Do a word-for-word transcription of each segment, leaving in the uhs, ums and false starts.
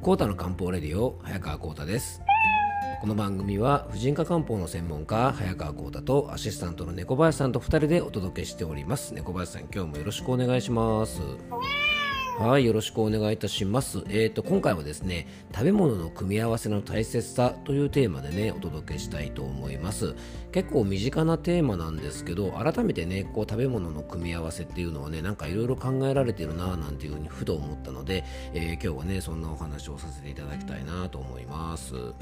コータの漢方レディオ、早川コータです。この番組は婦人科漢方の専門家早川コータとアシスタントの猫林さんとふたりでお届けしております。猫林さん、今日もよろしくお願いします。はい、よろしくお願いいたします。えーと今回はですね、食べ物の組み合わせの大切さというテーマでねお届けしたいと思います。結構身近なテーマなんですけど、改めてねこう食べ物の組み合わせっていうのはねなんかいろいろ考えられてるななんていうふうにふと思ったので、えー、今日はねそんなお話をさせていただきたいなと思います。はい、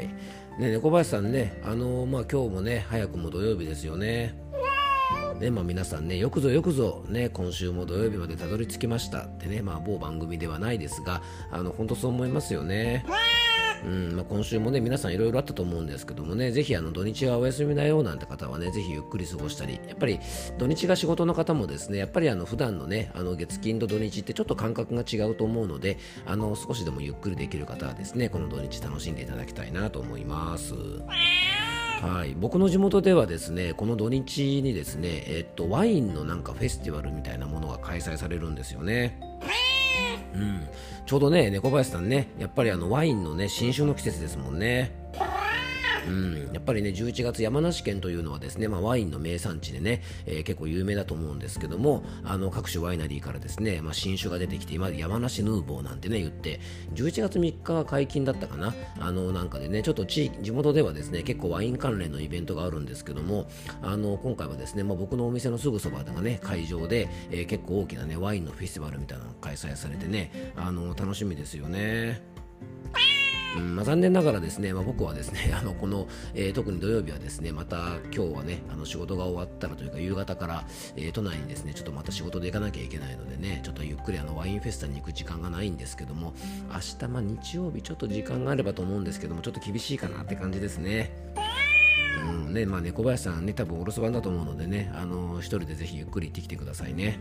ね、猫林さんね、あのー、まあ今日もね早くも土曜日ですよね。ねまあ、皆さんねよくぞよくぞね今週も土曜日までたどり着きましたってね、まあ、某番組ではないですが、あの本当そう思いますよね。うんまあ、今週もね皆さんいろいろあったと思うんですけどもね、ぜひあの土日はお休みだよなんて方はねぜひゆっくり過ごしたり、やっぱり土日が仕事の方もですね、やっぱりあの普段のねあの月金と土日ってちょっと感覚が違うと思うので、あの少しでもゆっくりできる方はですねこの土日楽しんでいただきたいなと思います。はい、僕の地元ではですねこの土日にですね、えっと、ワインのなんかフェスティバルみたいなものが開催されるんですよね。うん、ちょうどね猫林さんね、やっぱりあのワインのね新酒の季節ですもんね。うん、やっぱりねじゅういちがつ山梨県というのはですね、まあ、ワインの名産地でね、えー、結構有名だと思うんですけども、あの各種ワイナリーからですね、まあ、新酒が出てきて、今山梨ヌーボーなんてね言って、じゅういちがつみっかが解禁だったかな、あのなんかでねちょっと地域地元ではですね結構ワイン関連のイベントがあるんですけども、あの今回はですね、まあ、僕のお店のすぐそばがね会場で、えー、結構大きなねワインのフェスティバルみたいなのが開催されてね、あの楽しみですよね。うんまあ、残念ながらですね、まあ、僕はですねあのこの、えー、特に土曜日はですねまた今日はねあの仕事が終わったらというか夕方から、えー、都内にですねちょっとまた仕事で行かなきゃいけないのでね、ちょっとゆっくりあのワインフェスタに行く時間がないんですけども、明日まあ日曜日ちょっと時間があればと思うんですけども、ちょっと厳しいかなって感じですね。うんねまあ、猫林さんね多分お留守番だと思うのでね、あのー、一人でぜひゆっくり行ってきてくださいね。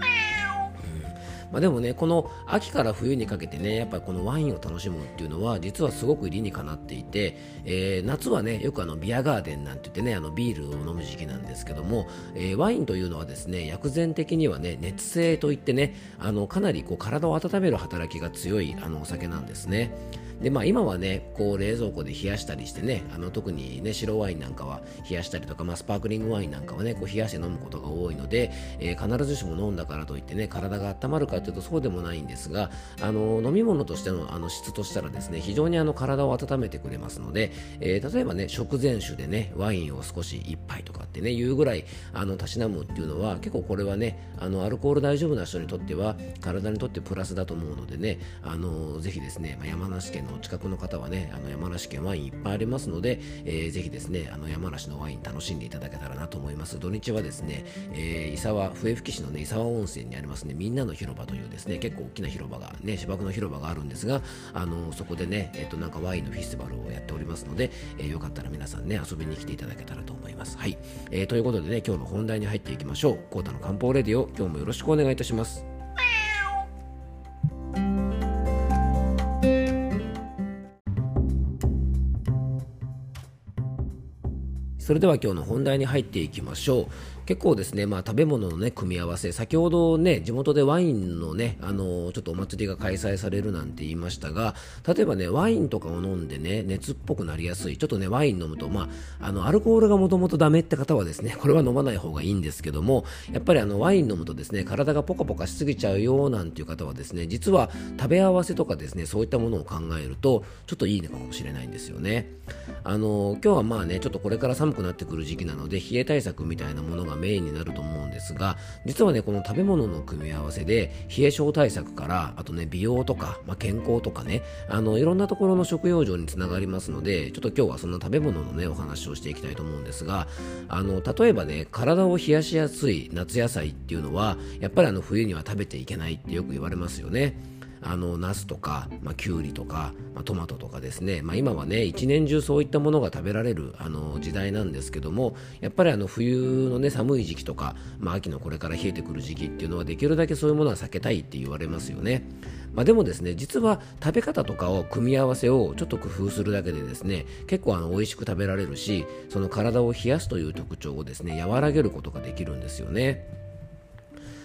まあ、でもねこの秋から冬にかけてねやっぱりこのワインを楽しむっていうのは実はすごく理にかなっていて、えー、夏はねよくあのビアガーデンなんて言ってねあのビールを飲む時期なんですけども、えー、ワインというのはですね薬膳的にはね熱性といってねあのかなりこう体を温める働きが強いあのお酒なんですね。でまあ、今はねこう冷蔵庫で冷やしたりしてね、あの特にね白ワインなんかは冷やしたりとか、まあ、スパークリングワインなんかはねこう冷やして飲むことが多いので、えー、必ずしも飲んだからといってね体が温まるかというとそうでもないんですが、あの飲み物としてのあの質としたらですね非常にあの体を温めてくれますので、えー、例えばね食前酒でねワインを少し一杯とかってねいうぐらいあのたしなむっていうのは結構これはねあのアルコール大丈夫な人にとっては体にとってプラスだと思うのでね、あのぜひですね、まあ、山梨県のお近くの方はねあの山梨県ワインいっぱいありますので、えー、ぜひですねあの山梨のワイン楽しんでいただけたらなと思います。土日はですね、えー、伊沢笛吹市のね伊沢温泉にありますねみんなの広場というですね結構大きな広場がね芝生の広場があるんですが、あのそこでねえっとなんかワインのフェスティバルをやっておりますので、えー、よかったら皆さんね遊びに来ていただけたらと思います。はい、えー、ということでね今日の本題に入っていきましょう。コータの漢方レディオ、今日もよろしくお願いいたします。それでは今日の本題に入っていきましょう。結構ですね、まあ、食べ物の、ね、組み合わせ、先ほどね地元でワインのね、あのー、ちょっとお祭りが開催されるなんて言いましたが、例えばねワインとかを飲んでね熱っぽくなりやすい、ちょっとねワイン飲むと、まあ、あのアルコールがもともとダメって方はですねこれは飲まない方がいいんですけども、やっぱりあのワイン飲むとですね体がポカポカしすぎちゃうよなんていう方はですね、実は食べ合わせとかですねそういったものを考えるとちょっといいのかもしれないんですよね。あのー、今日はまあねちょっとこれから寒くなってくる時期なので冷え対策みたいなものがメインになると思うんですが、実はねこの食べ物の組み合わせで冷え症対策からあとね美容とか、まあ、健康とかねあのいろんなところの食用上につながりますので、ちょっと今日はその食べ物のねお話をしていきたいと思うんですが、あの例えばね体を冷やしやすい夏野菜っていうのはやっぱりあの冬には食べていけないってよく言われますよね。あのナスとか、まあ、キュウリとか、まあ、トマトとかですね、まあ、今はね一年中そういったものが食べられるあの時代なんですけども、やっぱりあの冬のね寒い時期とか、まあ、秋のこれから冷えてくる時期っていうのはできるだけそういうものは避けたいって言われますよね。まあ、でもですね実は食べ方とかを組み合わせをちょっと工夫するだけでですね結構あの美味しく食べられるし、その体を冷やすという特徴をですね和らげることができるんですよね。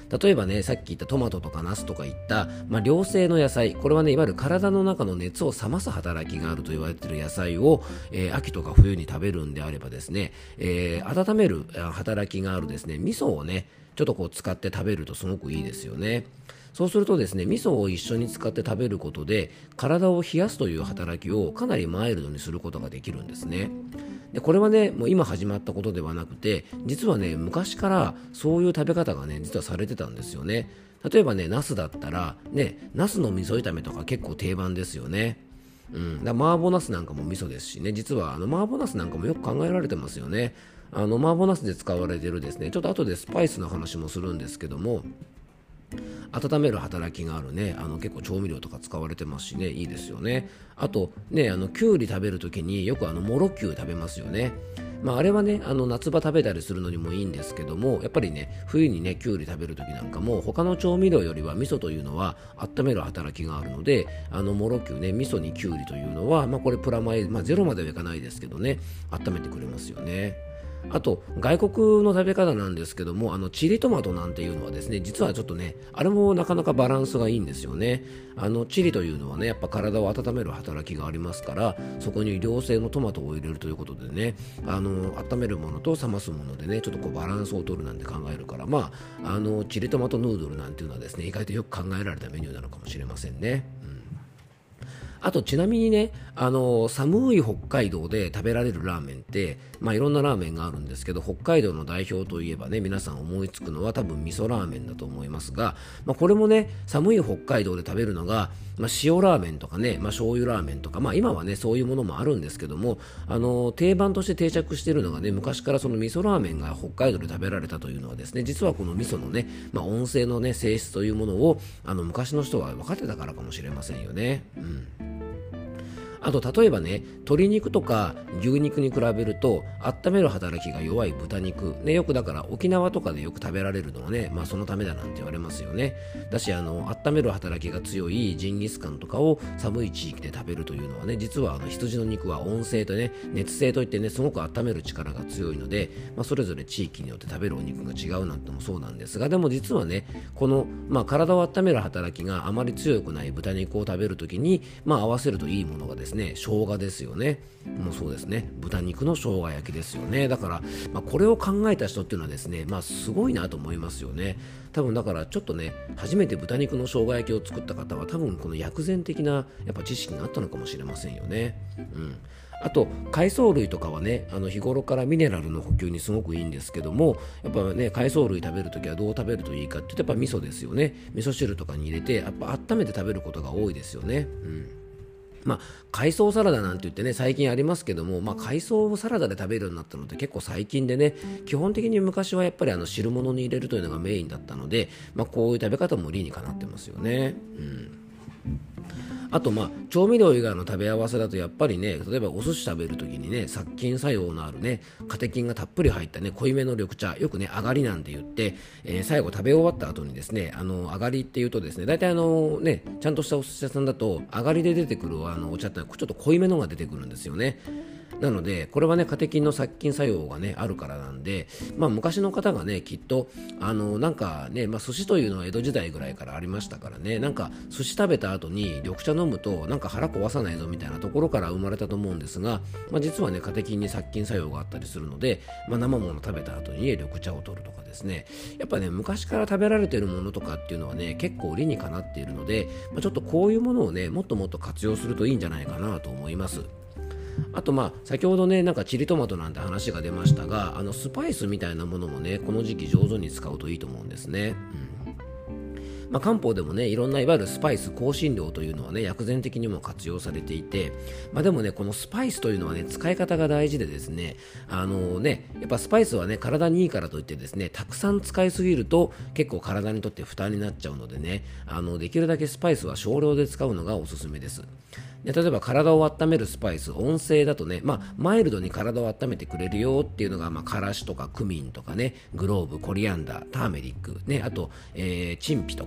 例えばね、さっき言ったトマトとかナスとかいった、まあ、良性の野菜、これはねいわゆる体の中の熱を冷ます働きがあると言われている野菜を、えー、秋とか冬に食べるんであればですね、えー、温める働きがあるですね味噌をねちょっとこう使って食べるとすごくいいですよね。そうするとですね、味噌を一緒に使って食べることで体を冷やすという働きをかなりマイルドにすることができるんですね。でこれはね、もう今始まったことではなくて、実はね昔からそういう食べ方がね実はされてたんですよね。例えばね、ナスだったらね、ナスの味噌炒めとか結構定番ですよね。うん、だ麻婆ナスなんかも味噌ですしね、実はあの麻婆ナスなんかもよく考えられてますよね。あの麻婆ナスで使われているですね、ちょっと後でスパイスの話もするんですけども、温める働きがあるね、あの結構調味料とか使われてますしね、いいですよね。あとね、あのきゅうり食べるときによくあのもろきゅう食べますよね。まあ、あれはね、あの夏場食べたりするのにもいいんですけども、やっぱりね、冬にねきゅうり食べるときなんかも他の調味料よりは味噌というのは温める働きがあるので、あのもろきゅうね、味噌にきゅうりというのは、まあ、これプラマイ、まあ、ゼロまではいかないですけどね、温めてくれますよね。あと外国の食べ方なんですけども、あのチリトマトなんていうのはですね、実はちょっとね、あれもなかなかバランスがいいんですよね。あのチリというのはね、やっぱ体を温める働きがありますから、そこに良性のトマトを入れるということでね、あの温めるものと冷ますものでね、ちょっとこうバランスを取るなんて考えるから、まああのチリトマトヌードルなんていうのはですね、意外とよく考えられたメニューなのかもしれませんね。うん、あとちなみにね、あの寒い北海道で食べられるラーメンって、まあ、いろんなラーメンがあるんですけど、北海道の代表といえばね、皆さん思いつくのは多分味噌ラーメンだと思いますが、まあ、これもね、寒い北海道で食べるのが、まあ、塩ラーメンとかね、まあ、醤油ラーメンとか、まあ、今はねそういうものもあるんですけども、あの定番として定着しているのがね、昔からその味噌ラーメンが北海道で食べられたというのはですね、実はこの味噌のね、まあ、温性のね性質というものをあの昔の人は分かってたからかもしれませんよね。うん。あと例えばね、鶏肉とか牛肉に比べると温める働きが弱い豚肉、ね、よくだから沖縄とかでよく食べられるのはね、まあ、そのためだなんて言われますよね。だし、あの温める働きが強いジンギスカンとかを寒い地域で食べるというのはね、実はあの羊の肉は温性とね熱性といってね、すごく温める力が強いので、まあ、それぞれ地域によって食べるお肉が違うなんてもそうなんですが、でも実はね、この、まあ、体を温める働きがあまり強くない豚肉を食べるときに、まあ、合わせるといいものがですね、生姜ですよね。もうそうですね、豚肉の生姜焼きですよね。だから、まあ、これを考えた人っていうのはですね、まあ、すごいなと思いますよね。多分だからちょっとね、初めて豚肉の生姜焼きを作った方は多分この薬膳的なやっぱ知識があったのかもしれませんよね。うん。あと海藻類とかはね、あの日頃からミネラルの補給にすごくいいんですけども、やっぱね、海藻類食べるときはどう食べるといいかって言うと、やっぱ味噌ですよね。味噌汁とかに入れてやっぱ温めて食べることが多いですよね。うん。まあ、海藻サラダなんて言ってね、最近ありますけども、まあ、海藻をサラダで食べるようになったのって結構最近でね、基本的に昔はやっぱりあの汁物に入れるというのがメインだったので、まあ、こういう食べ方も理にかなってますよね。うん。あと、まあ調味料以外の食べ合わせだとやっぱりね、例えばお寿司食べるときにね、殺菌作用のあるね、カテキンがたっぷり入ったね、濃いめの緑茶、よくね、上がりなんて言って、えー、最後食べ終わった後にですね、あの上がりって言うとですね、大体あのね、ちゃんとしたお寿司屋さんだと上がりで出てくるあのお茶ってのはちょっと濃いめのが出てくるんですよね。なのでこれはね、カテキンの殺菌作用がねあるからなんで、まあ昔の方がね、きっとあのなんかね、まあ寿司というのは江戸時代ぐらいからありましたからね、なんか寿司食べた後に緑茶飲むとなんか腹壊さないぞみたいなところから生まれたと思うんですが、まあ実はね、カテキンに殺菌作用があったりするので、まあ生もの食べた後に緑茶を取るとかですね、やっぱね、昔から食べられているものとかっていうのはね、結構理にかなっているので、まあ、ちょっとこういうものをね、もっともっと活用するといいんじゃないかなと思います。あと、まあ先ほどね、なんかチリトマトなんて話が出ましたが、あのスパイスみたいなものもね、この時期上手に使うといいと思うんですね。うん。まあ、漢方でもね、いろんないわゆるスパイス、香辛料というのはね、薬膳的にも活用されていて、まあ、でもね、このスパイスというのはね、使い方が大事でですね、あのね、やっぱスパイスはね、体にいいからといってですね、たくさん使いすぎると結構体にとって負担になっちゃうのでね、あのできるだけスパイスは少量で使うのがおすすめです。で、例えば体を温めるスパイス、温性だとね、まあ、マイルドに体を温めてくれるよっていうのが、まあ、からしとかクミンとかね、グローブ、コリアンダー、ターメリック、ね、あと、えー、チンピと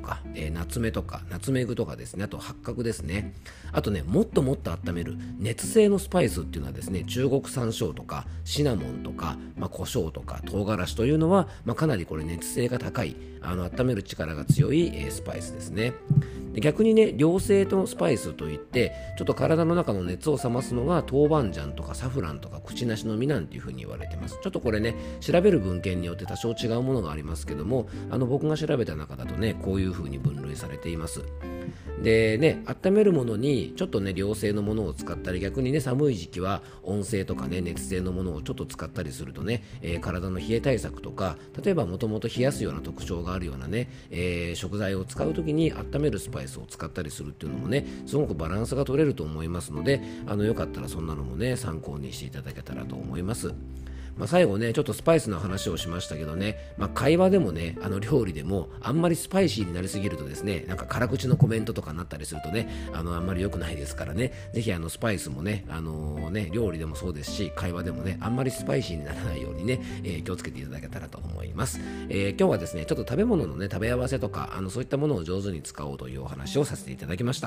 か、えー、ナツメとかナツメグとかですね、あと八角ですね。あとね、もっともっと温める熱性のスパイスっていうのはですね、中国山椒とかシナモンとか、まあ、胡椒とか唐辛子というのは、まあ、かなりこれ熱性が高い、あの温める力が強い、えー、スパイスですね。で逆にね、良性のスパイスといってちょっと体の中の熱を冷ますのが豆板醤とかサフランとかクチナシの実なんていう風に言われてます。ちょっとこれね、調べる文献によって多少違うものがありますけども、あの僕が調べた中だとね、こういう風に分類されています。でね、温めるものにちょっとね、良性のものを使ったり、逆にね、寒い時期は温性とかね、熱性のものをちょっと使ったりするとね、えー、体の冷え対策とか、例えばもともと冷やすような特徴があるようなね、えー、食材を使うときに温めるスパイスを使ったりするっていうのもね、すごくバランスが取れると思いますので、あのよかったらそんなのもね、参考にしていただけたらと思います。まあ、最後ね、ちょっとスパイスの話をしましたけどね、まあ、会話でもね、あの料理でもあんまりスパイシーになりすぎるとですね、なんか辛口のコメントとかになったりするとね、あのあんまり良くないですからね、ぜひあのスパイスもね、あのー、ね、料理でもそうですし、会話でもね、あんまりスパイシーにならないようにね、えー、気をつけていただけたらと思います。えー、今日はですね、ちょっと食べ物のね、食べ合わせとか、あのそういったものを上手に使おうというお話をさせていただきました。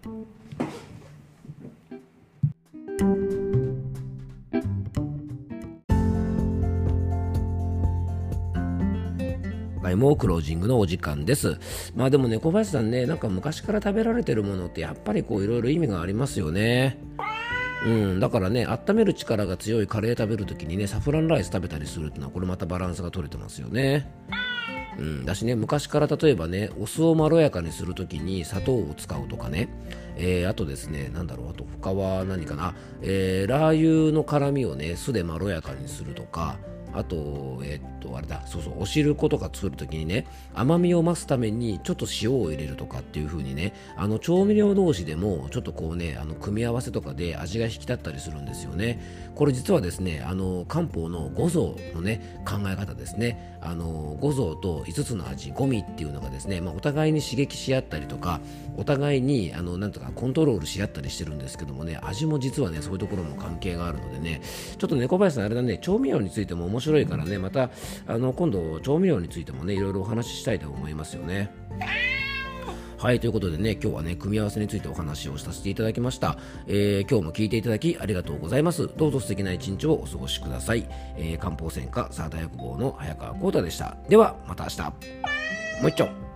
もうクロージングのお時間です。まあでもね、小林さんね、なんか昔から食べられてるものってやっぱりこういろいろ意味がありますよね。うん、だからね、温める力が強いカレー食べるときにね、サフランライス食べたりするっていうのは、これまたバランスが取れてますよね。うん、だしね、昔から例えばね、お酢をまろやかにするときに砂糖を使うとかね、えー、あとですね、なんだろう、あと他は何かな、えー、ラー油の辛みをね、酢でまろやかにするとか、あと、えー、っと、あれだ、そうそう、お汁粉とか作るときにね、甘みを増すためにちょっと塩を入れるとかっていう風にね、あの調味料同士でもちょっとこうね、あの組み合わせとかで味が引き立ったりするんですよね。これ実はですね、あの漢方の五臓のね、考え方ですね。あの五臓と五つの味、五味っていうのがですね、まあ、お互いに刺激し合ったりとか、お互いにあのなんとかコントロールし合ったりしてるんですけどもね、味も実はね、そういうところも関係があるのでね、ちょっと猫林さんあれだね、調味料についても面白いからね、またあの今度調味料についてもね、いろいろお話ししたいと思いますよね。はい、ということでね、今日はね、組み合わせについてお話をさせていただきました。えー、今日も聞いていただきありがとうございます。どうぞ素敵な一日をお過ごしください。えー、漢方専科サーター薬房の早川浩太でした。ではまた明日。もう一丁。